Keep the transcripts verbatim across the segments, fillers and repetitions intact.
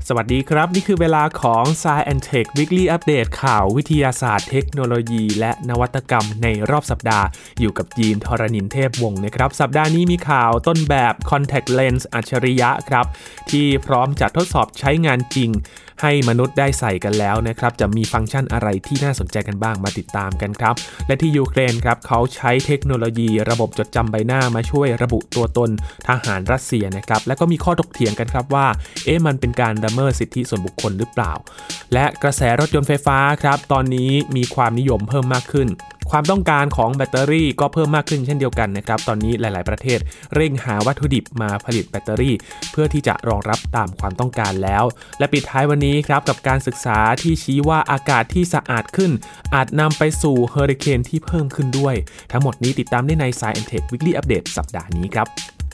สวัสดีครับนี่คือเวลาของ Science แอนด์ Tech Weekly Update ข่าววิทยาศาสตร์เทคโนโลยีและนวัตกรรมในรอบสัปดาห์อยู่กับยีนทรณินเทพวงศ์นะครับสัปดาห์นี้มีข่าวต้นแบบ Contact Lens อัจฉริยะครับที่พร้อมจะทดสอบใช้งานจริงให้มนุษย์ได้ใส่กันแล้วนะครับจะมีฟังก์ชันอะไรที่น่าสนใจกันบ้างมาติดตามกันครับและที่ยูเครนครับเขาใช้เทคโนโลยีระบบจดจำใบหน้ามาช่วยระบุตัวตนทหารรัสเซียนะครับและก็มีข้อถกเถียงกันครับว่าเอ๊ะมันเป็นการละเมิดสิทธิส่วนบุคคลหรือเปล่าและกระแสรถยนต์ไฟฟ้าครับตอนนี้มีความนิยมเพิ่มมากขึ้นความต้องการของแบตเตอรี่ก็เพิ่มมากขึ้นเช่นเดียวกันนะครับตอนนี้หลายๆประเทศเร่งหาวัตถุดิบมาผลิตแบตเตอรี่เพื่อที่จะรองรับตามความต้องการแล้วและปิดท้ายวันนี้ครับกับการศึกษาที่ชี้ว่าอากาศที่สะอาดขึ้นอาจนำไปสู่เฮอริเคนที่เพิ่มขึ้นด้วยทั้งหมดนี้ติดตามได้ใน Science แอนด์ Tech Weekly Update สัปดาห์นี้ครับ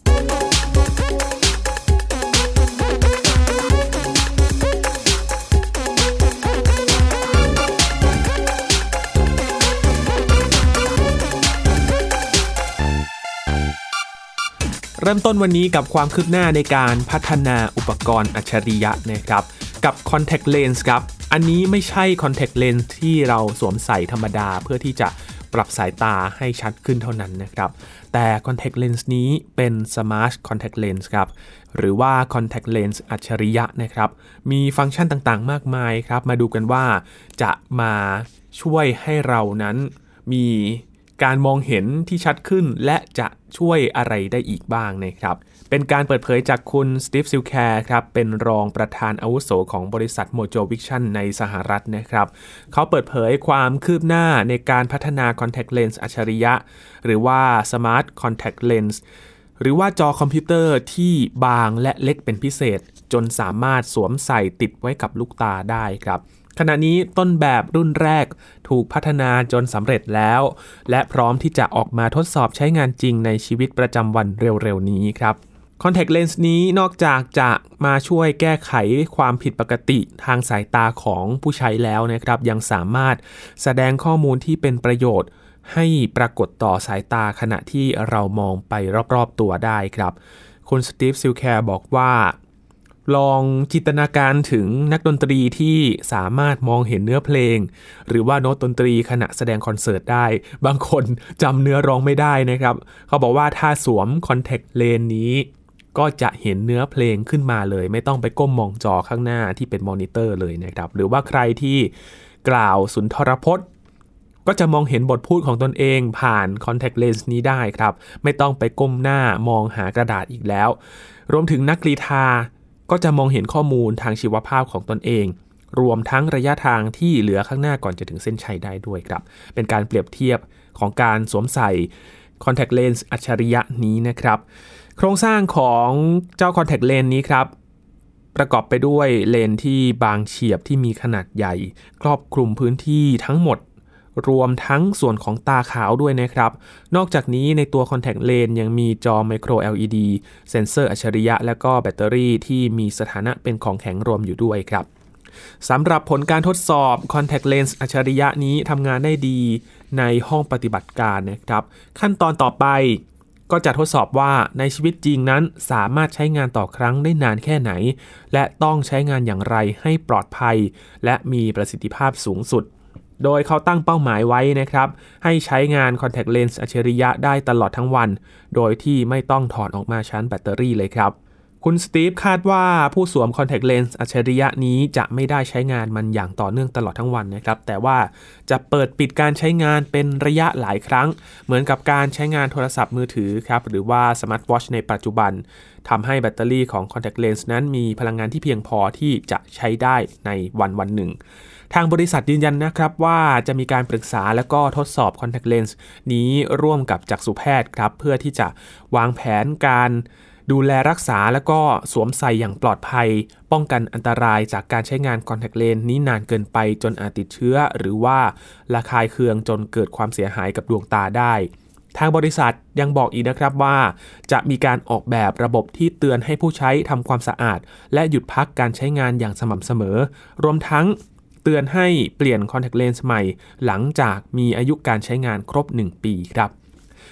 เริ่มต้นวันนี้กับความคืบหน้าในการพัฒนาอุปกรณ์อัจฉริยะนะครับกับ Contact Lens ครับอันนี้ไม่ใช่ Contact Lens ที่เราสวมใส่ธรรมดาเพื่อที่จะปรับสายตาให้ชัดขึ้นเท่านั้นนะครับแต่ Contact Lens นี้เป็น Smart Contact Lens ครับหรือว่า Contact Lens อัจฉริยะนะครับมีฟังก์ชันต่างๆมากมายครับมาดูกันว่าจะมาช่วยให้เรานั้นมีการมองเห็นที่ชัดขึ้นและจะช่วยอะไรได้อีกบ้างนะครับเป็นการเปิดเผยจากคุณสตีฟซิลแคร์ครับเป็นรองประธานอาวุโสของบริษัท Mojo Vision ในสหรัฐนะครับเขาเปิดเผยความคืบหน้าในการพัฒนา Contact Lens อัจฉริยะหรือว่า Smart Contact Lens หรือว่าจอคอมพิวเตอร์ที่บางและเล็กเป็นพิเศษจนสามารถสวมใส่ติดไว้กับลูกตาได้ครับขณะนี้ต้นแบบรุ่นแรกถูกพัฒนาจนสำเร็จแล้วและพร้อมที่จะออกมาทดสอบใช้งานจริงในชีวิตประจำวันเร็วๆนี้ครับ Contact Lens นี้นอกจากจะมาช่วยแก้ไขความผิดปกติทางสายตาของผู้ใช้แล้วนะครับยังสามารถแสดงข้อมูลที่เป็นประโยชน์ให้ปรากฏต่อสายตาขณะที่เรามองไปรอบๆตัวได้ครับคุณสตีฟซิลแคร์บอกว่าลองจินตนาการถึงนักดนตรีที่สามารถมองเห็นเนื้อเพลงหรือว่าโน้ตดนตรีขณะแสดงคอนเสิร์ตได้บางคนจำเนื้อร้องไม่ได้นะครับเขาบอกว่าถ้าสวม Contact Lens นี้ก็จะเห็นเนื้อเพลงขึ้นมาเลยไม่ต้องไปก้มมองจอข้างหน้าที่เป็นมอนิเตอร์เลยนะครับหรือว่าใครที่กล่าวสุนทรพจน์ก็จะมองเห็นบทพูดของตนเองผ่าน Contact Lens นี้ได้ครับไม่ต้องไปก้มหน้ามองหากระดาษอีกแล้วรวมถึงนักกรีฑาก็จะมองเห็นข้อมูลทางชีวภาพของตนเองรวมทั้งระยะทางที่เหลือข้างหน้าก่อนจะถึงเส้นชัยได้ด้วยครับเป็นการเปรียบเทียบของการสวมใส่ Contact Lens อัจฉริยะนี้นะครับโครงสร้างของเจ้า Contact Lens นี้ครับประกอบไปด้วยเลนส์ที่บางเฉียบที่มีขนาดใหญ่ครอบคลุมพื้นที่ทั้งหมดรวมทั้งส่วนของตาขาวด้วยนะครับนอกจากนี้ในตัว Contact Lens ยังมีจอ Micro แอล อี ดี เซ็นเซอร์อัจฉริยะและก็แบตเตอรี่ที่มีสถานะเป็นของแข็งรวมอยู่ด้วยครับสำหรับผลการทดสอบ Contact Lens อัจฉริยะนี้ทำงานได้ดีในห้องปฏิบัติการนะครับขั้นตอนต่อไปก็จะทดสอบว่าในชีวิตจริงนั้นสามารถใช้งานต่อครั้งได้นานแค่ไหนและต้องใช้งานอย่างไรให้ปลอดภัยและมีประสิทธิภาพสูงสุดโดยเขาตั้งเป้าหมายไว้นะครับให้ใช้งาน Contact Lens อัจฉริยะได้ตลอดทั้งวันโดยที่ไม่ต้องถอดออกมาชาร์จแบตเตอรี่เลยครับคุณสตีฟคาดว่าผู้สวม Contact Lens อัจฉริยะนี้จะไม่ได้ใช้งานมันอย่างต่อเนื่องตลอดทั้งวันนะครับแต่ว่าจะเปิดปิดการใช้งานเป็นระยะหลายครั้งเหมือนกับการใช้งานโทรศัพท์มือถือครับหรือว่าสมาร์ทวอทช์ในปัจจุบันทำให้แบตเตอรี่ของ Contact Lens นั้นมีพลังงานที่เพียงพอที่จะใช้ได้ในวันวันหนึ่งทางบริษัทยืนยันนะครับว่าจะมีการปรึกษาและก็ทดสอบ Contact Lens นี้ร่วมกับจักษุแพทย์ครับเพื่อที่จะวางแผนการดูแลรักษาแล้วก็สวมใส่อย่างปลอดภัยป้องกันอันตรายจากการใช้งาน Contact Lens นี้นานเกินไปจนอาจติดเชื้อหรือว่าระคายเคืองจนเกิดความเสียหายกับดวงตาได้ทางบริษัทยังบอกอีกนะครับว่าจะมีการออกแบบระบบที่เตือนให้ผู้ใช้ทำความสะอาดและหยุดพักการใช้งานอย่างสม่ำเสมอรวมทั้งเตือนให้เปลี่ยน Contact Lens ใหม่หลังจากมีอายุการใช้งานครบหนึ่งปีครับ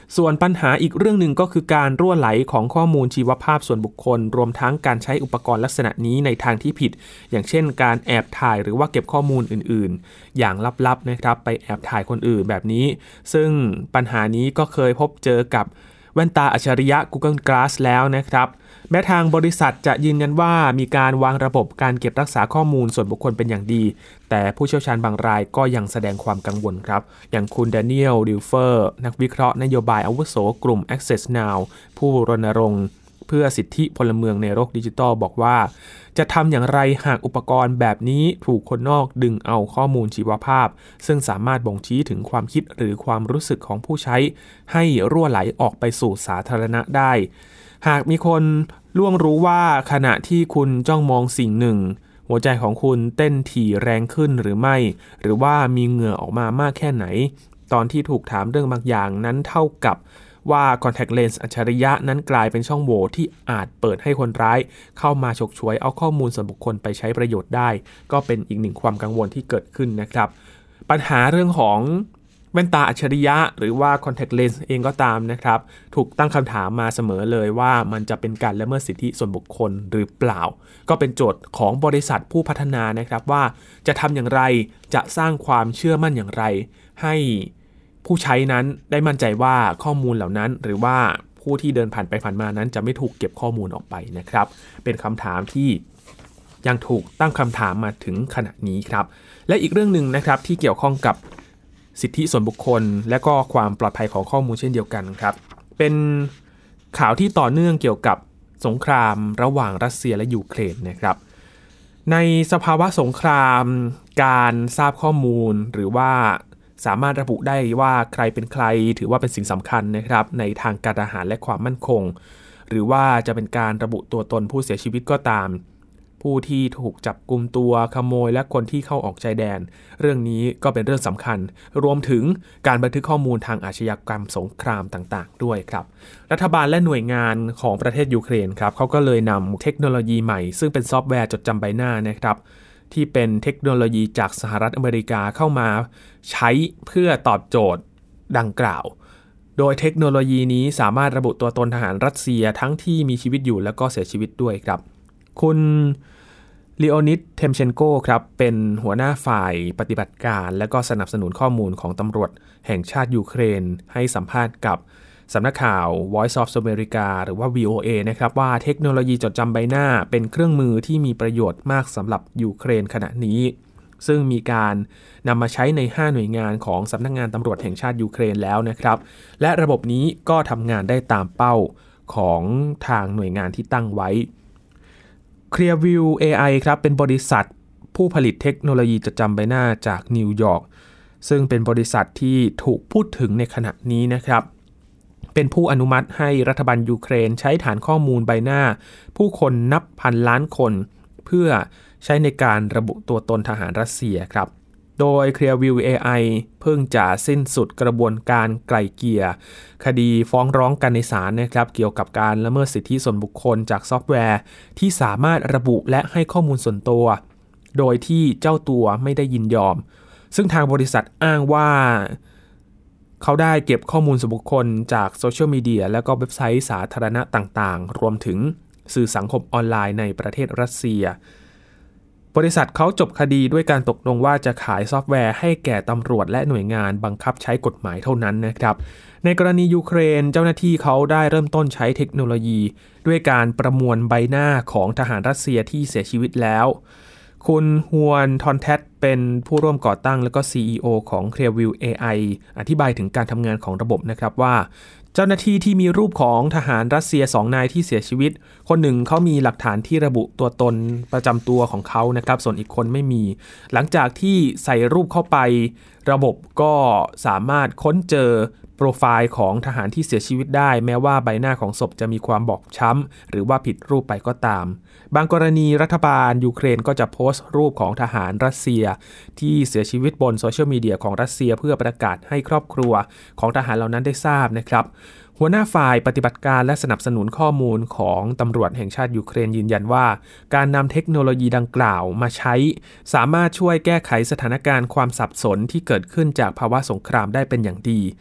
ส่วนปัญหาอีกเรื่องหนึ่งก็คือการรั่วไหลของข้อมูลชีวภาพส่วนบุคคลรวมทั้งการใช้อุปกรณ์ลักษณะนี้ในทางที่ผิดอย่างเช่นการแอบถ่ายหรือว่าเก็บข้อมูลอื่นๆอย่างลับๆนะครับไปแอบถ่ายคนอื่นแบบนี้ซึ่งปัญหานี้ก็เคยพบเจอกับแว่นตาอัจฉริยะ Google Glass แล้วนะครับแม้ทางบริษัทจะยืนยันว่ามีการวางระบบการเก็บรักษาข้อมูลส่วนบุคคลเป็นอย่างดีแต่ผู้เชี่ยวชาญบางรายก็ยังแสดงความกังวลครับอย่างคุณแดเนียล ดิลเฟอร์นักวิเคราะห์นโยบายอาวุโสกลุ่ม Access Now ผู้รณรงค์เพื่อสิทธิพลเมืองในโลกดิจิทัลบอกว่าจะทำอย่างไรหากอุปกรณ์แบบนี้ถูกคนนอกดึงเอาข้อมูลชีวภาพซึ่งสามารถบ่งชี้ถึงความคิดหรือความรู้สึกของผู้ใช้ให้รั่วไหลออกไปสู่สาธารณะได้หากมีคนล่วงรู้ว่าขณะที่คุณจ้องมองสิ่งหนึ่งหัวใจของคุณเต้นถี่แรงขึ้นหรือไม่หรือว่ามีเหงื่อออกมามากแค่ไหนตอนที่ถูกถามเรื่องบางอย่างนั้นเท่ากับว่า contact lens อัจฉริยะนั้นกลายเป็นช่องโหว่ที่อาจเปิดให้คนร้ายเข้ามาฉกฉวยเอาข้อมูลส่วนบุคคลไปใช้ประโยชน์ได้ก็เป็นอีกหนึ่งความกังวลที่เกิดขึ้นนะครับปัญหาเรื่องของแว่นตาอัจฉริยะหรือว่า contact lens เองก็ตามนะครับถูกตั้งคำถามมาเสมอเลยว่ามันจะเป็นการละเมิดสิทธิส่วนบุคคลหรือเปล่าก็เป็นโจทย์ของบริษัทผู้พัฒนานะครับว่าจะทำอย่างไรจะสร้างความเชื่อมั่นอย่างไรให้ผู้ใช้นั้นได้มั่นใจว่าข้อมูลเหล่านั้นหรือว่าผู้ที่เดินผ่านไปผ่านมานั้นจะไม่ถูกเก็บข้อมูลออกไปนะครับเป็นคำถามที่ยังถูกตั้งคำถามมาถึงขณะนี้ครับและอีกเรื่องหนึ่งนะครับที่เกี่ยวข้องกับสิทธิส่วนบุคคลและก็ความปลอดภัยของข้อมูลเช่นเดียวกันครับเป็นข่าวที่ต่อเนื่องเกี่ยวกับสงครามระหว่างรัสเซียและยูเครนนะครับในสภาวะสงครามการทราบข้อมูลหรือว่าสามารถระบุได้ว่าใครเป็นใครถือว่าเป็นสิ่งสำคัญนะครับในทางการทหารและความมั่นคงหรือว่าจะเป็นการระบุตัวตนผู้เสียชีวิตก็ตามผู้ที่ถูกจับกุมตัวขโมยและคนที่เข้าออกชายแดนเรื่องนี้ก็เป็นเรื่องสำคัญรวมถึงการบันทึกข้อมูลทางอาชญากรรมสงครามต่างๆด้วยครับรัฐบาลและหน่วยงานของประเทศยูเครนครับเขาก็เลยนำเทคโนโลยีใหม่ซึ่งเป็นซอฟต์แวร์จดจำใบหน้านะครับที่เป็นเทคโนโลยีจากสหรัฐอเมริกาเข้ามาใช้เพื่อตอบโจทย์ดังกล่าวโดยเทคโนโลยีนี้สามารถระบุตัวตนทหารรัสเซียทั้งที่มีชีวิตอยู่และก็เสียชีวิตด้วยครับคุณลีโอนิด เทมเชนโกครับเป็นหัวหน้าฝ่ายปฏิบัติการและก็สนับสนุนข้อมูลของตำรวจแห่งชาติยูเครนให้สัมภาษณ์กับสำนักข่าว Voice of America หรือว่า วี โอ เอ นะครับว่าเทคโนโลยีจดจำใบหน้าเป็นเครื่องมือที่มีประโยชน์มากสำหรับยูเครนขณะนี้ซึ่งมีการนำมาใช้ในห้าหน่วยงานของสำนักงานตำรวจแห่งชาติยูเครนแล้วนะครับและระบบนี้ก็ทำงานได้ตามเป้าของทางหน่วยงานที่ตั้งไว้ Clearview เอ ไอ ครับเป็นบริษัทผู้ผลิตเทคโนโลยีจดจำใบหน้าจากนิวยอร์กซึ่งเป็นบริษัทที่ถูกพูดถึงในขณะนี้นะครับเป็นผู้อนุมัติให้รัฐบาลยูเครนใช้ฐานข้อมูลใบหน้าผู้คนนับพันล้านคนเพื่อใช้ในการระบุตัวตนทหารรัสเซียครับโดย Clearview เอ ไอ เพิ่งจะสิ้นสุดกระบวนการไกล่เกลี่ยคดีฟ้องร้องกันในศาลนะครับเกี่ยวกับการละเมิดสิทธิส่วนบุคคลจากซอฟต์แวร์ที่สามารถระบุและให้ข้อมูลส่วนตัวโดยที่เจ้าตัวไม่ได้ยินยอมซึ่งทางบริษัทอ้างว่าเขาได้เก็บข้อมูลส่วนบุคคลจากโซเชียลมีเดียและก็เว็บไซต์สาธารณะต่างๆรวมถึงสื่อสังคมออนไลน์ในประเทศรัสเซียบริษัทเขาจบคดีด้วยการตกลงว่าจะขายซอฟต์แวร์ให้แก่ตำรวจและหน่วยงานบังคับใช้กฎหมายเท่านั้นนะครับในกรณียูเครนเจ้าหน้าที่เขาได้เริ่มต้นใช้เทคโนโลยีด้วยการประมวลใบหน้าของทหารรัสเซียที่เสียชีวิตแล้วคุณฮวนทอนแทตเป็นผู้ร่วมก่อตั้งและก็ ซี อี โอ ของ Clearview เอ ไอ อธิบายถึงการทำงานของระบบนะครับว่าเจ้าหน้าที่ที่มีรูปของทหารรัสเซียสองนายที่เสียชีวิตคนหนึ่งเขามีหลักฐานที่ระบุตัวตนประจำตัวของเขานะครับส่วนอีกคนไม่มีหลังจากที่ใส่รูปเข้าไประบบก็สามารถค้นเจอโปรไฟล์ของทหารที่เสียชีวิตได้แม้ว่าใบหน้าของศพจะมีความบอบช้ำหรือว่าผิดรูปไปก็ตามบางกรณีรัฐบาลยูเครนก็จะโพสต์รูปของทหารรัสเซียที่เสียชีวิตบนโซเชียลมีเดียของรัสเซียเพื่อประกาศให้ครอบครัวของทหารเหล่านั้นได้ทราบนะครับหัวหน้าฝ่ายปฏิบัติการและสนับสนุนข้อมูลของตำรวจแห่งชาติยูเครนยืนยันว่าการนำเทคโนโลยีดังกล่าวมาใช้สามารถช่วยแก้ไขสถานการณ์ความสับสนที่เกิดขึ้นจากภาวะสงครามได้เป็นอย่างดี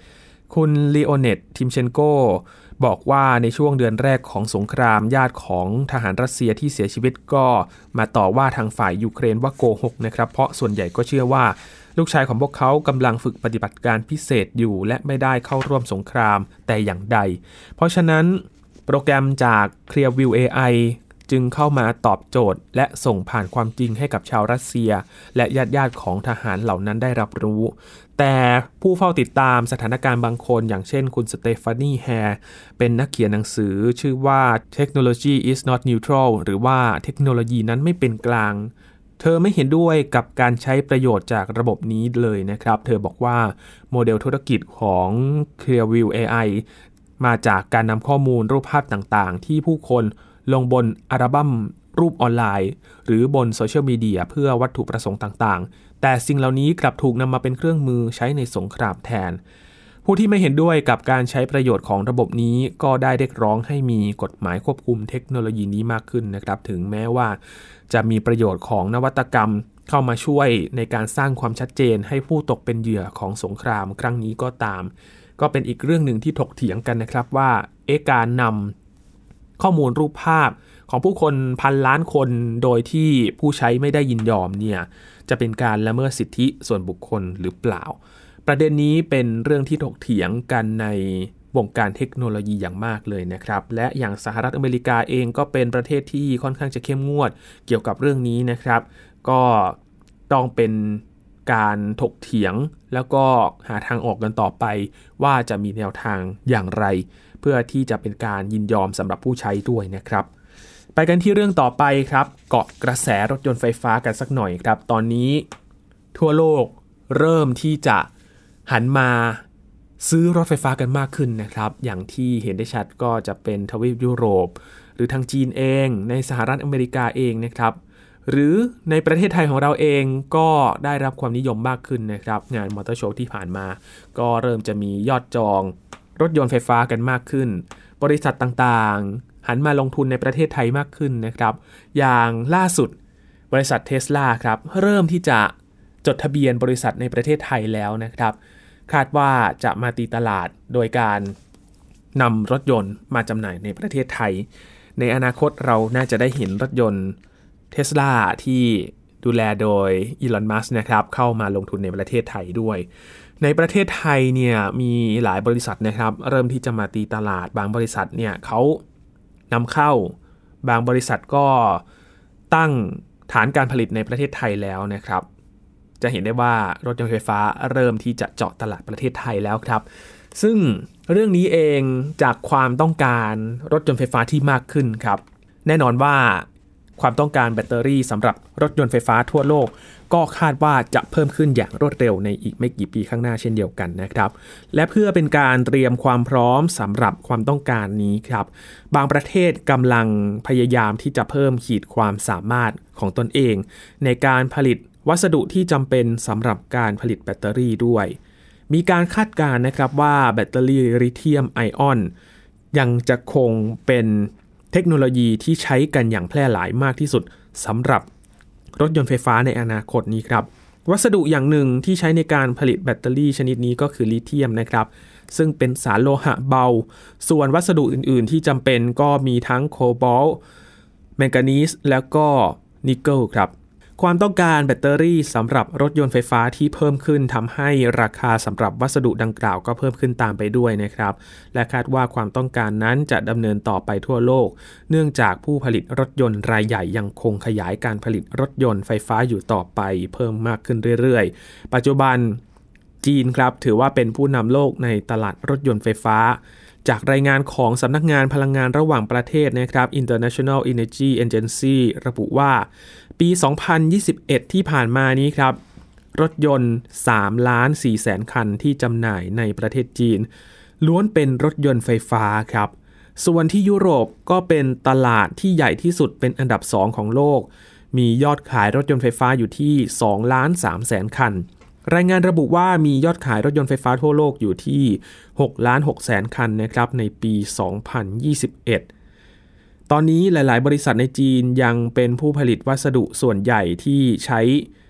คุณลีโอเนตทิมเชนโกบอกว่าในช่วงเดือนแรกของสงครามญาติของทหารรัสเซียที่เสียชีวิตก็มาต่อว่าทางฝ่ายยูเครนว่าโกหกนะครับเพราะส่วนใหญ่ก็เชื่อว่าลูกชายของพวกเขากำลังฝึกปฏิบัติการพิเศษอยู่และไม่ได้เข้าร่วมสงครามแต่อย่างใดเพราะฉะนั้นโปรแกรมจาก Clearview เอ ไอ จึงเข้ามาตอบโจทย์และส่งผ่านความจริงให้กับชาวรัสเซียและญาติๆของทหารเหล่านั้นได้รับรู้แต่ผู้เฝ้าติดตามสถานการณ์บางคนอย่างเช่นคุณสเตฟานีแฮร์เป็นนักเขียนหนังสือชื่อว่า Technology is not neutral หรือว่าเทคโนโลยีนั้นไม่เป็นกลางเธอไม่เห็นด้วยกับการใช้ประโยชน์จากระบบนี้เลยนะครับเธอบอกว่าโมเดลธุรกิจของ Clearview เอ ไอ มาจากการนำข้อมูลรูปภาพต่างๆที่ผู้คนลงบนอัลบั้มรูปออนไลน์หรือบนโซเชียลมีเดียเพื่อวัตถุประสงค์ต่างๆแต่สิ่งเหล่านี้กลับถูกนำมาเป็นเครื่องมือใช้ในสงครามแทนผู้ที่ไม่เห็นด้วยกับการใช้ประโยชน์ของระบบนี้ก็ได้เรียกร้องให้มีกฎหมายควบคุมเทคโนโลยีนี้มากขึ้นนะครับถึงแม้ว่าจะมีประโยชน์ของนวัตกรรมเข้ามาช่วยในการสร้างความชัดเจนให้ผู้ตกเป็นเหยื่อของสงครามครั้งนี้ก็ตามก็เป็นอีกเรื่องหนึ่งที่ถกเถียงกันนะครับว่าเอ๊ะการนำข้อมูลรูปภาพของผู้คนพันล้านคนโดยที่ผู้ใช้ไม่ได้ยินยอมเนี่ยจะเป็นการละเมิดสิทธิส่วนบุคคลหรือเปล่าประเด็นนี้เป็นเรื่องที่ถกเถียงกันในวงการเทคโนโลยีอย่างมากเลยนะครับและอย่างสหรัฐอเมริกาเองก็เป็นประเทศที่ค่อนข้างจะเข้มงวดเกี่ยวกับเรื่องนี้นะครับก็ต้องเป็นการถกเถียงแล้วก็หาทางออกกันต่อไปว่าจะมีแนวทางอย่างไรเพื่อที่จะเป็นการยินยอมสำหรับผู้ใช้ด้วยนะครับไปกันที่เรื่องต่อไปครับเกาะกระแสรถยนต์ไฟฟ้ากันสักหน่อยครับตอนนี้ทั่วโลกเริ่มที่จะหันมาซื้อรถไฟฟ้ากันมากขึ้นนะครับอย่างที่เห็นได้ชัดก็จะเป็นทวีปยุโรปหรือทางจีนเองในสหรัฐอเมริกาเองนะครับหรือในประเทศไทยของเราเองก็ได้รับความนิยมมากขึ้นนะครับงานมอเตอร์โชว์ที่ผ่านมาก็เริ่มจะมียอดจองรถยนต์ไฟฟ้ากันมากขึ้นบริษัทต่างๆหันมาลงทุนในประเทศไทยมากขึ้นนะครับอย่างล่าสุดบริษัท Tesla ครับเริ่มที่จะจดทะเบียนบริษัทในประเทศไทยแล้วนะครับคาดว่าจะมาตีตลาดโดยการนำรถยนต์มาจำหน่ายในประเทศไทยในอนาคตเราน่าจะได้เห็นรถยนต์ Tesla ที่ดูแลโดยอีลอน มัสก์นะครับเข้ามาลงทุนในประเทศไทยด้วยในประเทศไทยเนี่ยมีหลายบริษัทนะครับเริ่มที่จะมาตีตลาดบางบริษัทเนี่ยเขานำเข้าบางบริษัทก็ตั้งฐานการผลิตในประเทศไทยแล้วนะครับจะเห็นได้ว่ารถยนต์ไฟฟ้าเริ่มที่จะเจาะตลาดประเทศไทยแล้วครับซึ่งเรื่องนี้เองจากความต้องการรถยนต์ไฟฟ้าที่มากขึ้นครับแน่นอนว่าความต้องการแบตเตอรี่สำหรับรถยนต์ไฟฟ้าทั่วโลกก็คาดว่าจะเพิ่มขึ้นอย่างรวดเร็วในอีกไม่กี่ปีข้างหน้าเช่นเดียวกันนะครับและเพื่อเป็นการเตรียมความพร้อมสำหรับความต้องการนี้ครับบางประเทศกำลังพยายามที่จะเพิ่มขีดความสามารถของตนเองในการผลิตวัสดุที่จำเป็นสำหรับการผลิตแบตเตอรี่ด้วยมีการคาดการณ์นะครับว่าแบตเตอรี่ลิเธียมไอออนยังจะคงเป็นเทคโนโลยีที่ใช้กันอย่างแพร่หลายมากที่สุดสำหรับรถยนต์ไฟฟ้าในอนาคตนี้ครับวัสดุอย่างหนึ่งที่ใช้ในการผลิตแบตเตอรี่ชนิดนี้ก็คือลิเธียมนะครับซึ่งเป็นสารโลหะเบาส่วนวัสดุอื่นๆที่จำเป็นก็มีทั้งโคบอลต์แมงกานีสแล้วก็นิกเกิลครับความต้องการแบตเตอรี่สำหรับรถยนต์ไฟฟ้าที่เพิ่มขึ้นทำให้ราคาสำหรับวัสดุดังกล่าวก็เพิ่มขึ้นตามไปด้วยนะครับและคาดว่าความต้องการนั้นจะดำเนินต่อไปทั่วโลกเนื่องจากผู้ผลิตรถยนต์รายใหญ่ยังคงขยายการผลิตรถยนต์ไฟฟ้าอยู่ต่อไปเพิ่มมากขึ้นเรื่อยๆปัจจุบันจีนครับถือว่าเป็นผู้นำโลกในตลาดรถยนต์ไฟฟ้าจากรายงานของสำนักงานพลังงานระหว่างประเทศนะครับ International Energy Agency ระบุว่าปี สองพันยี่สิบเอ็ด ที่ผ่านมานี้ครับรถยนต์ สามล้านสี่แสน คันที่จำหน่ายในประเทศจีนล้วนเป็นรถยนต์ไฟฟ้าครับส่วนที่ยุโรปก็เป็นตลาดที่ใหญ่ที่สุดเป็นอันดับสองของโลกมียอดขายรถยนต์ไฟฟ้าอยู่ที่ สองล้านสามแสน คันรายงานระบุว่ามียอดขายรถยนต์ไฟฟ้าทั่วโลกอยู่ที่ หกล้านหกแสน คันนะครับในปี สองพันยี่สิบเอ็ดตอนนี้หลายๆบริษัทในจีนยังเป็นผู้ผลิตวัสดุส่วนใหญ่ที่ใช้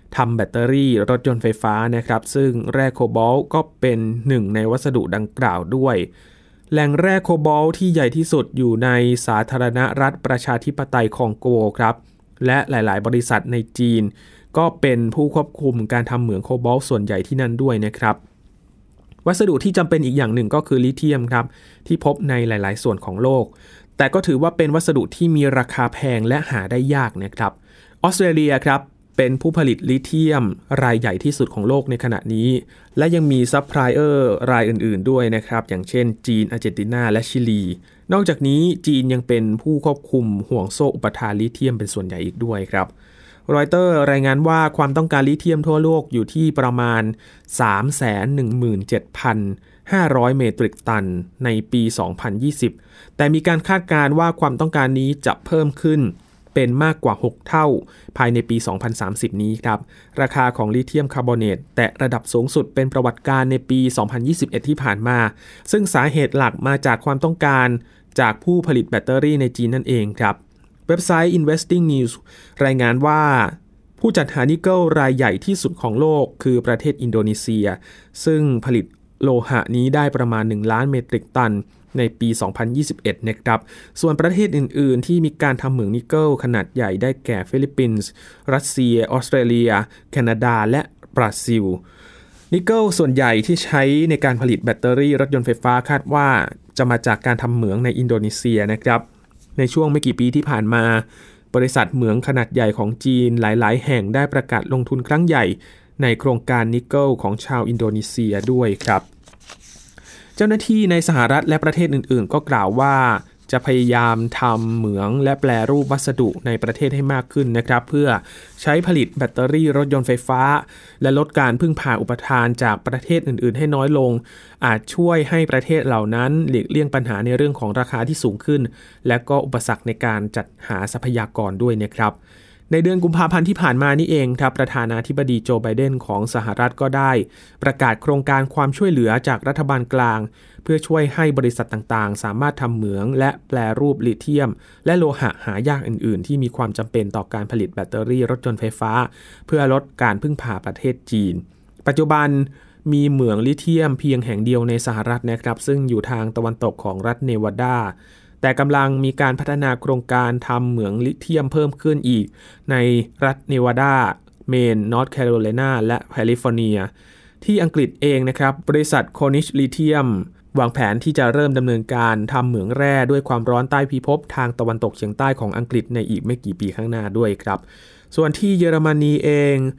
ทำแบตเตอรี่รถยนต์ไฟฟ้านะครับซึ่งแร่โคบอลต์ก็เป็นหนึ่งในวัสดุดังกล่าวด้วยแหล่งแร่โคบอลต์ที่ใหญ่ที่สุดอยู่ในสาธารณรัฐประชาธิปไตยคองโกครับและหลายๆบริษัทในจีนก็เป็นผู้ควบคุมการทำเหมืองโคบอลต์ส่วนใหญ่ที่นั่นด้วยนะครับวัสดุที่จำเป็นอีกอย่างหนึ่งก็คือลิเธียมครับที่พบในหลายๆส่วนของโลกแต่ก็ถือว่าเป็นวัสดุที่มีราคาแพงและหาได้ยากนะครับออสเตรเลียครับเป็นผู้ผลิตลิเธียมรายใหญ่ที่สุดของโลกในขณะนี้และยังมีซัพพลายเออร์รายอื่นๆด้วยนะครับอย่างเช่นจีนอาร์เจนตินาและชิลีนอกจากนี้จีนยังเป็นผู้ควบคุมห่วงโซ่อุปทานลิเธียมเป็นส่วนใหญ่อีกด้วยครับรอยเตอร์รายงานว่าความต้องการลิเธียมทั่วโลกอยู่ที่ประมาณ สามแสนหนึ่งหมื่นเจ็ดพันห้าร้อย เมตริกตันในปี สองพันยี่สิบ แต่มีการคาดการณ์ว่าความต้องการนี้จะเพิ่มขึ้นเป็นมากกว่าหกเท่าภายในปี สองพันสามสิบ นี้ครับราคาของลิเธียมคาร์บอเนตแตะระดับสูงสุดเป็นประวัติการณ์ในปี สองพันยี่สิบเอ็ด ที่ผ่านมาซึ่งสาเหตุหลักมาจากความต้องการจากผู้ผลิตแบตเตอรี่ในจีนนั่นเองครับเว็บไซต์ Investing News รายงานว่าผู้จัดหานิกเกิลรายใหญ่ที่สุดของโลกคือประเทศอินโดนีเซียซึ่งผลิตโลหะนี้ได้ประมาณหนึ่งล้านเมตริกตันในปี สองพันยี่สิบเอ็ด นะครับส่วนประเทศอื่นๆที่มีการทำเหมืองนิกเกิลขนาดใหญ่ได้แก่ฟิลิปปินส์รัสเซียออสเตรเลียแคนาดาและบราซิลนิกเกิลส่วนใหญ่ที่ใช้ในการผลิตแบตเตอรี่รถยนต์ไฟฟ้าคาดว่าจะมาจากการทำเหมืองในอินโดนีเซียนะครับในช่วงไม่กี่ปีที่ผ่านมาบริษัทเหมืองขนาดใหญ่ของจีนหลายๆแห่งได้ประกาศลงทุนครั้งใหญ่ในโครงการนิกเกิลของชาวอินโดนีเซียด้วยครับเจ้าหน้าที่ในสหรัฐและประเทศอื่นๆก็กล่าวว่าจะพยายามทำเหมืองและแปรรูปวัสดุในประเทศให้มากขึ้นนะครับเพื่อใช้ผลิตแบตเตอรี่รถยนต์ไฟฟ้าและลดการพึ่งพาอุปทานจากประเทศอื่นๆให้น้อยลงอาจช่วยให้ประเทศเหล่านั้นหลีกเลี่ยงปัญหาในเรื่องของราคาที่สูงขึ้นและก็อุปสรรคในการจัดหาทรัพยากรด้วยนะครับในเดือนกุมภาพันธ์ที่ผ่านมานี่เองครับประธานาธิบดีโจไบเดนของสหรัฐก็ได้ประกาศโครงการความช่วยเหลือจากรัฐบาลกลางเพื่อช่วยให้บริษัทต่างๆสามารถทำเหมืองและแปรรูปลิเธียมและโลหะหายากอื่นๆที่มีความจำเป็นต่อการผลิตแบตเตอรี่รถยนต์ไฟฟ้าเพื่อลดการพึ่งพาประเทศจีนปัจจุบันมีเหมืองลิเธียมเพียงแห่งเดียวในสหรัฐนะครับซึ่งอยู่ทางตะวันตกของรัฐเนวาดาแต่กำลังมีการพัฒนาโครงการทำเหมืองลิเธียมเพิ่มขึ้นอีกในรัฐเนวาดาเมนนอร์ทแคโรไลนาและแคลิฟอร์เนียที่อังกฤษเองนะครับบริษัทโคนิชลิเธียมวางแผนที่จะเริ่มดำเนินการทำเหมืองแร่ด้วยความร้อนใต้พิภพทางตะวันตกเฉียงใต้ของอังกฤษในอีกไม่กี่ปีข้างหน้าด้วยครับส่วนที่เยอรมนีเอง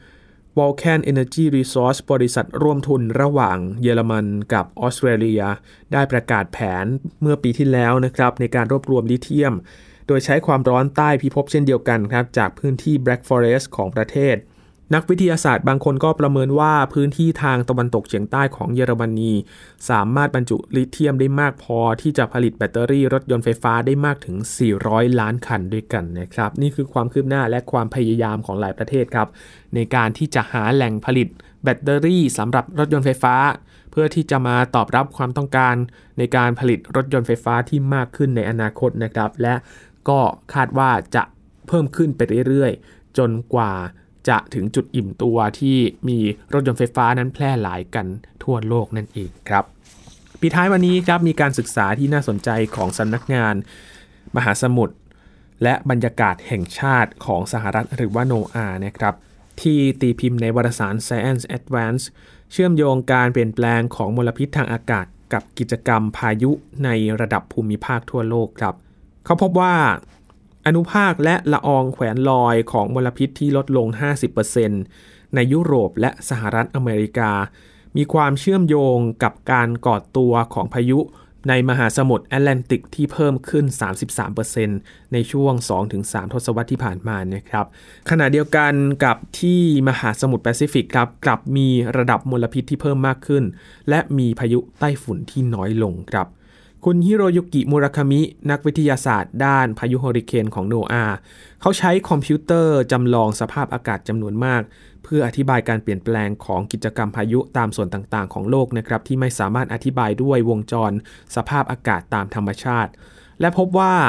Vulcan Energy Resource บริษัทร่วมทุนระหว่างเยอรมันกับออสเตรเลียได้ประกาศแผนเมื่อปีที่แล้วนะครับในการรวบรวมลิเธียมโดยใช้ความร้อนใต้พิภพเช่นเดียวกันครับจากพื้นที่ Black Forest ของประเทศนักวิทยาศาสตร์บางคนก็ประเมินว่าพื้นที่ทางตะวันตกเฉียงใต้ของเยอรมนีสามารถบรรจุลิเธียมได้มากพอที่จะผลิตแบตเตอรี่รถยนต์ไฟฟ้าได้มากถึงสี่ร้อยล้านคันด้วยกันนะครับนี่คือความคืบหน้าและความพยายามของหลายประเทศครับในการที่จะหาแหล่งผลิตแบตเตอรี่สำหรับรถยนต์ไฟฟ้าเพื่อที่จะมาตอบรับความต้องการในการผลิตรถยนต์ไฟฟ้าที่มากขึ้นในอนาคตนะครับและก็คาดว่าจะเพิ่มขึ้นไปเรื่อยๆจนกว่าจะถึงจุดอิ่มตัวที่มีรถยนต์ไฟฟ้านั้นแพร่หลายกันทั่วโลกนั่นเองครับปิดท้ายวันนี้ครับมีการศึกษาที่น่าสนใจของสำนักงานมหาสมุทรและบรรยากาศแห่งชาติของสหรัฐหรือว่า โน อา นะครับที่ตีพิมพ์ในวารสาร Science Advance เชื่อมโยงการเปลี่ยนแปลงของมลพิษทางอากาศกับกิจกรรมพายุในระดับภูมิภาคทั่วโลกครับเขาพบว่าอนุภาคและละอองแขวนลอยของมลพิษที่ลดลง ห้าสิบเปอร์เซ็นต์ ในยุโรปและสหรัฐอเมริกามีความเชื่อมโยงกับการก่อตัวของพายุในมหาสมุทรแอตแลนติกที่เพิ่มขึ้น สามสิบสามเปอร์เซ็นต์ ในช่วง สองถึงสาม ทศวรรษที่ผ่านมานะครับขณะเดียวกันกับที่มหาสมุทรแปซิฟิกครับกลับมีระดับมลพิษที่เพิ่มมากขึ้นและมีพายุไต้ฝุ่นที่น้อยลงครับคุณฮิโรยุกิมุราคามินักวิทยาศาสตร์ด้านพายุเฮอริเคนของ โน อา เขาใช้คอมพิวเตอร์จำลองสภาพอากาศจำนวนมากเพื่ออธิบายการเปลี่ยนแปลงของกิจกรรมพายุตามส่วนต่างๆของโลกนะครับที่ไม่สามารถอธิบายด้วยวงจรสภาพอากาศตามธรรมชาติและพบว่า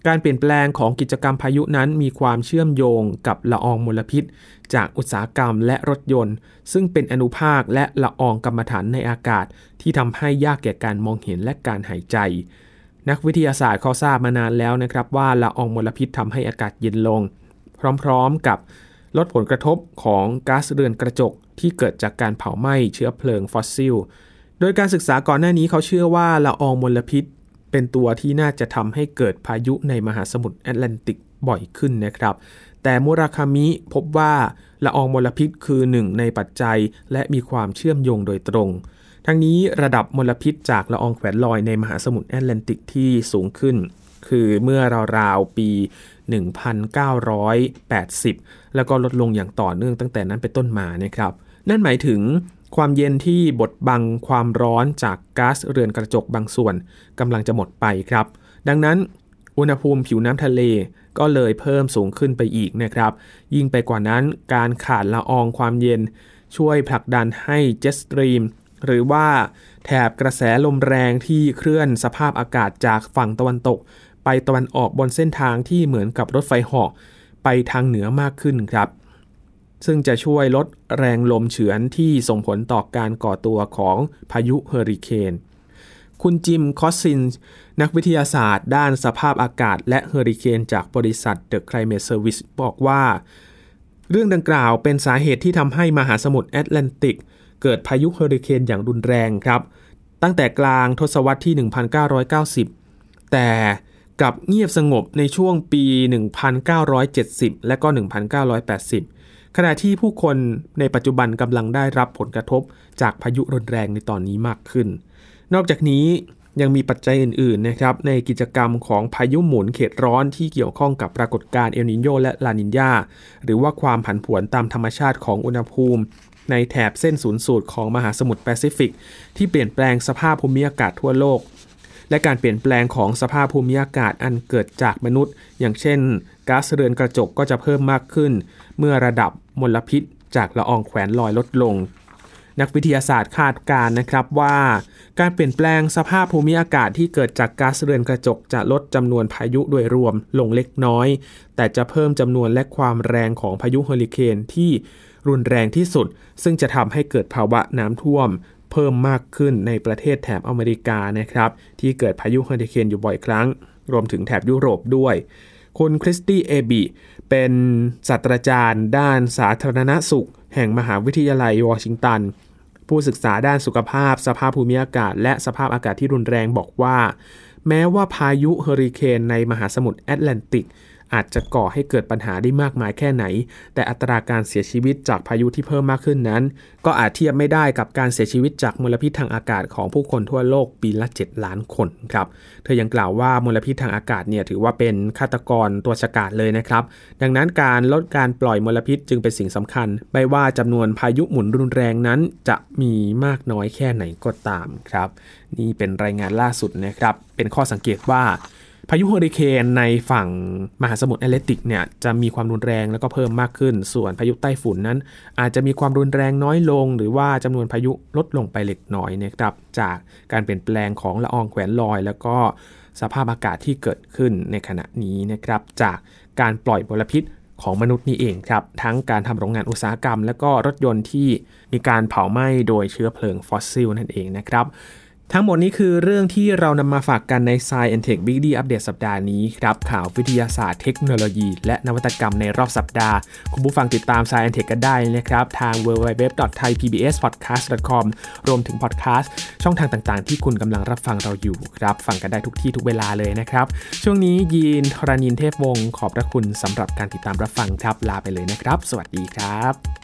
การเปลี่ยนแปลงของกิจกรรมพายุนั้นมีความเชื่อมโยงกับละอองมลพิษจากอุตสาหกรรมและรถยนต์ซึ่งเป็นอนุภาคและละอองกัมมันถันในอากาศที่ทำให้ยากแก่การมองเห็นและการหายใจนักวิทยาศาสตร์เขาทราบมานานแล้วนะครับว่าละอองมลพิษทำให้อากาศเย็นลงพร้อมๆกับลดผลกระทบของก๊าซเรือนกระจกที่เกิดจากการเผาไหม้เชื้อเพลิงฟอสซิลโดยการศึกษาก่อนหน้านี้เขาเชื่อว่าละอองมลพิษเป็นตัวที่น่าจะทำให้เกิดพายุในมหาสมุทรแอตแลนติกบ่อยขึ้นนะครับแต่มุราคามิพบว่าละอองมลพิษคือหนึ่งในปัจจัยและมีความเชื่อมโยงโดยตรงทั้งนี้ระดับมลพิษจากละอองแขวนลอยในมหาสมุทรแอตแลนติกที่สูงขึ้นคือเมื่อราวๆปีหนึ่งพันเก้าร้อยแปดสิบแล้วก็ลดลงอย่างต่อเนื่องตั้งแต่นั้นเป็นต้นมานะครับนั่นหมายถึงความเย็นที่บดบังความร้อนจากก๊าซเรือนกระจกบางส่วนกำลังจะหมดไปครับดังนั้นอุณหภูมิผิวน้ำทะเลก็เลยเพิ่มสูงขึ้นไปอีกนะครับยิ่งไปกว่านั้นการขาดละอองความเย็นช่วยผลักดันให้เจ็ตสตรีมหรือว่าแถบกระแสลมแรงที่เคลื่อนสภาพอากาศจากฝั่งตะวันตกไปตะวันออกบนเส้นทางที่เหมือนกับรถไฟเหาะไปทางเหนือมากขึ้นครับซึ่งจะช่วยลดแรงลมเฉือนที่ส่งผลต่อการก่อตัวของพายุเฮอริเคนคุณจิมคอสซินนักวิทยาศาสตร์ด้านสภาพอากาศและเฮอริเคนจากบริษัท The Climate Service บอกว่าเรื่องดังกล่าวเป็นสาเหตุที่ทำให้มหาสมุทรแอตแลนติกเกิดพายุเฮอริเคนอย่างรุนแรงครับตั้งแต่กลางทศวรรษที่หนึ่งพันเก้าร้อยเก้าสิบแต่กลับเงียบสงบในช่วงปีหนึ่งพันเก้าร้อยเจ็ดสิบและก็หนึ่งพันเก้าร้อยแปดสิบขณะที่ผู้คนในปัจจุบันกำลังได้รับผลกระทบจากพายุรุนแรงในตอนนี้มากขึ้นนอกจากนี้ยังมีปัจจัยอื่นๆนะครับในกิจกรรมของพายุหมุนเขตร้อนที่เกี่ยวข้องกับปรากฏการณ์เอลนิโญและลานิญญาหรือว่าความผันผวนตามธรรมชาติของอุณหภูมิในแถบเส้นศูนย์สูตรของมหาสมุทรแปซิฟิกที่เปลี่ยนแปลงสภาพภูมิอากาศทั่วโลกและการเปลี่ยนแปลงของสภาพภูมิอากาศอันเกิดจากมนุษย์อย่างเช่นก๊าซเรือนกระจกก็จะเพิ่มมากขึ้นเมื่อระดับมลพิษจากละอองแขวนลอยลดลงนักวิทยาศาสตร์คาดการณ์นะครับว่าการเปลี่ยนแปลงสภาพภูมิอากาศที่เกิดจากก๊าซเรือนกระจกจะลดจำนวนพายุโดยรวมลงเล็กน้อยแต่จะเพิ่มจำนวนและความแรงของพายุเฮอริเคนที่รุนแรงที่สุดซึ่งจะทำให้เกิดภาวะน้ำท่วมเพิ่มมากขึ้นในประเทศแถบอเมริกานะครับที่เกิดพายุเฮอริเคนอยู่บ่อยครั้งรวมถึงแถบยุโรปด้วยคุณคริสตี้เอบีเป็นศาสตราจารย์ด้านสาธารณสุขแห่งมหาวิทยาลัยวอชิงตันผู้ศึกษาด้านสุขภาพสภาพภูมิอากาศและสภาพอากาศที่รุนแรงบอกว่าแม้ว่าพายุเฮอริเคนในมหาสมุทรแอตแลนติกอาจจะก่อให้เกิดปัญหาได้มากมายแค่ไหนแต่อัตราการเสียชีวิตจากพายุที่เพิ่มมากขึ้นนั้นก็อาจเทียบไม่ได้กับการเสียชีวิตจากมลพิษทางอากาศของผู้คนทั่วโลกปีละเจ็ดล้านคนครับเธอยังกล่าวว่ามลพิษทางอากาศเนี่ยถือว่าเป็นฆาตกรตัวฉกาจเลยนะครับดังนั้นการลดการปล่อยมลพิษจึงเป็นสิ่งสำคัญไม่ว่าจำนวนพายุหมุนรุนแรงนั้นจะมีมากน้อยแค่ไหนก็ตามครับนี่เป็นรายงานล่าสุดนะครับเป็นข้อสังเกตว่าพายุเฮอริเคนในฝั่งมหาสมุทรแอตแลนติกเนี่ยจะมีความรุนแรงแล้วก็เพิ่มมากขึ้นส่วนพายุไต้ฝุ่นนั้นอาจจะมีความรุนแรงน้อยลงหรือว่าจำนวนพายุลดลงไปเล็กน้อยนะครับจากการเปลี่ยนแปลงของละอองแขวนลอยแล้วก็สภาพอากาศที่เกิดขึ้นในขณะนี้นะครับจากการปล่อยมลพิษของมนุษย์นี่เองครับทั้งการทำโรงงานอุตสาหกรรมและก็รถยนต์ที่มีการเผาไหม้โดยเชื้อเพลิงฟอสซิลนั่นเองนะครับทั้งหมดนี้คือเรื่องที่เรานำมาฝากกันใน Science and Tech Weekly Update สัปดาห์นี้ครับข่าววิทยาศาสตร์เทคโนโลยีและนวัตกรรมในรอบสัปดาห์คุณผู้ฟังติดตาม Science and Tech กันได้นะครับทาง ดับเบิลยู ดับเบิลยู ดับเบิลยู ดอท ไทย พี บี เอส พอดแคสต์ ดอท คอม รวมถึงพอดแคสต์ช่องทางต่างๆที่คุณกำลังรับฟังเราอยู่ครับฟังกันได้ทุกที่ทุกเวลาเลยนะครับช่วงนี้ยีนธรณินทร์เทพวงศ์ขอบพระคุณสำหรับการติดตามรับฟังครับลาไปเลยนะครับสวัสดีครับ